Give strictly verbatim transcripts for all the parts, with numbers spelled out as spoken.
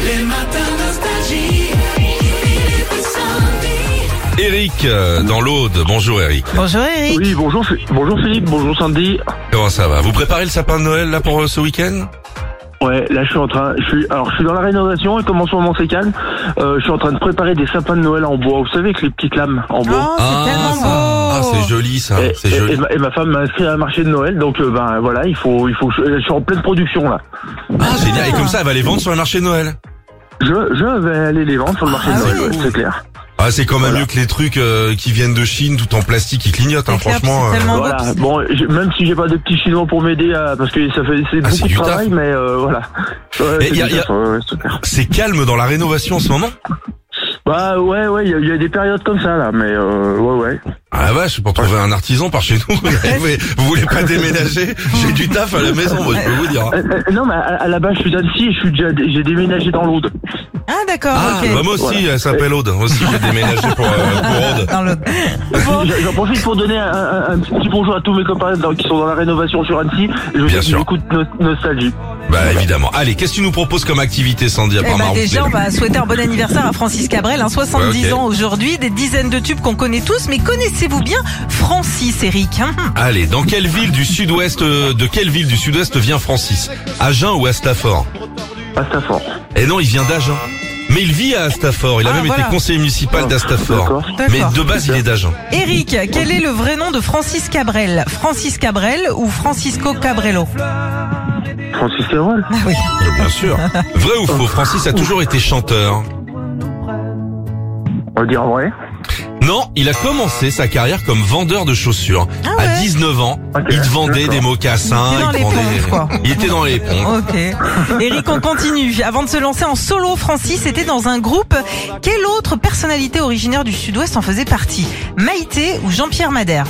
Les matins nostalgie. Philippe et Sandy. Eric, euh, dans l'Aude. Bonjour Eric. Bonjour Eric. Oui, bonjour, Fi- bonjour Philippe, bonjour Sandy. Comment ça va? Vous préparez le sapin de Noël là pour euh, ce week-end? Ouais, là je suis en train, je suis, alors je suis dans la rénovation et comme en ce moment c'est calme, euh, je suis en train de préparer des sapins de Noël en bois. Vous savez, avec les petites lames en bois. Oh, c'est tellement ça. beau. Ah, c'est joli ça. et, C'est et- joli. et ma, et ma femme m'a inscrit à un marché de Noël, donc euh, ben voilà, il faut, il faut, je, je suis en pleine production là. Ah, génial. Et comme ça, elle va les vendre sur le marché de Noël. Je, je vais aller les vendre sur le marché Ah de Noël, oui. ouais, c'est clair. Ah, c'est quand même Voilà. mieux que les trucs euh, qui viennent de Chine, tout en plastique, qui clignotent. Hein, C'est clair, franchement. c'est euh, tellement- Voilà. Bon, je- même si j'ai pas de petits chinois pour m'aider, à- parce que ça fait c'est Ah, c'est beaucoup du de taf. travail, mais euh, voilà. Ouais, Et c'est y a- du y a- taf, ouais, ouais, c'est clair. C'est calme dans la rénovation en ce moment. Bah ouais, ouais, il y, a- il y a des périodes comme ça là, mais euh, ouais, ouais. Ah la vache, pour trouver un artisan par chez nous. vous, vous voulez pas déménager? J'ai du taf à la maison, moi, je peux vous dire. Euh, euh, non, mais à, à la base, je suis d'Annecy et je suis déjà, j'ai déménagé dans l'Aude. Ah d'accord, Ah, ok. bah moi aussi, Voilà. elle s'appelle Aude. Moi aussi, j'ai déménagé pour, euh, pour Aude. Dans l'autre. J'en j'en profite pour donner un, un- un petit bonjour à tous mes copains dans- qui sont dans la rénovation sur Annecy. Et je vous Bien souhaite sûr. beaucoup de no- nostalgie. Bah évidemment. Allez, qu'est-ce que tu nous proposes comme activité, Sandy, à Eh part ben, Maroc déjà, on va souhaiter un bon anniversaire à Francis Cabrel, hein, soixante-dix Ouais, ok. ans aujourd'hui, des dizaines de tubes qu'on connaît tous, mais connaissez-vous bien Francis, Eric hein Allez, dans quelle ville du sud-ouest, euh, de quelle ville du sud-ouest vient Francis? Agen ou à Stafford? À Stafford. Eh non, il vient d'Agen. Mais il vit à Stafford. Il a Ah, même voilà. été conseiller municipal d'Astafford. D'accord. Mais D'accord. de base, il est d'Agen. Eric, quel est le vrai nom de Francis Cabrel? Francis Cabrel ou Francisco Cabrello? Francis Cabrel. Ah oui. Bien sûr. Vrai ou faux? Francis a toujours été chanteur. On va dire vrai. Non, il a commencé sa carrière comme vendeur de chaussures. Ah ouais. À dix-neuf ans, Ok, il te vendait d'accord. des mocassins. Il était dans il, les vendait- pompes, quoi. il était dans les pompes. Ok. Eric, on continue. Avant de se lancer en solo, Francis était dans un groupe. Quelle autre personnalité originaire du Sud-Ouest en faisait partie? Maïté ou Jean-Pierre Madère?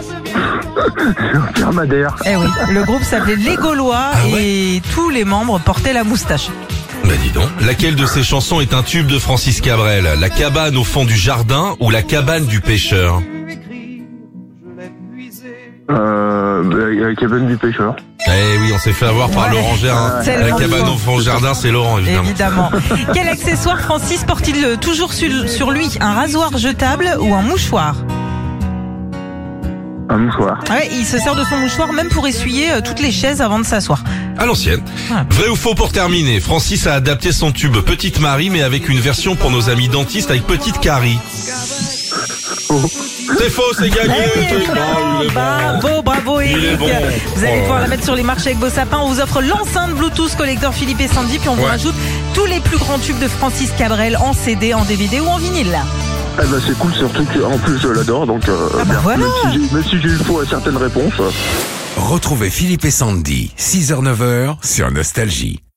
Pierre Madère. Eh oui, le groupe s'appelait Les Gaulois Ah ouais. et tous les membres portaient la moustache. Bah dis donc. Laquelle de ces chansons est un tube de Francis Cabrel? La cabane au fond du jardin ou la cabane du pêcheur? Euh, bah, avec Kevin du pêcheur. Eh oui, on s'est fait avoir par Ouais. Laurent Gérin. C'est La Laurent cabane Gérin. au fond du jardin, c'est Laurent, évidemment. Évidemment. Quel accessoire Francis porte-t-il toujours sur, sur lui? Un rasoir jetable ou un mouchoir? Un mouchoir. Ah ouais, il se sert de son mouchoir même pour essuyer euh, toutes les chaises avant de s'asseoir. À l'ancienne. Ouais. Vrai ou faux pour terminer? Francis a adapté son tube Petite Marie, mais avec une version pour nos amis dentistes avec Petite Carie. Oh. C'est faux, c'est gagné. Eh oui, C'est bon, il est bon. bravo, bravo Il est Eric. bon. Vous allez Oh. pouvoir la mettre sur les marchés avec vos sapins. On vous offre l'enceinte Bluetooth collecteur Philippe et Sandy, puis on vous Ouais. rajoute tous les plus grands tubes de Francis Cabrel en C D, en D V D ou en vinyle. Eh ben c'est cool, surtout qu'en plus je l'adore, donc euh, Ah bah bien. voilà. Même si j'ai- même si j'ai eu faux à certaines réponses. euh, Retrouvez Philippe et Sandy, six heures neuf heures sur Nostalgie.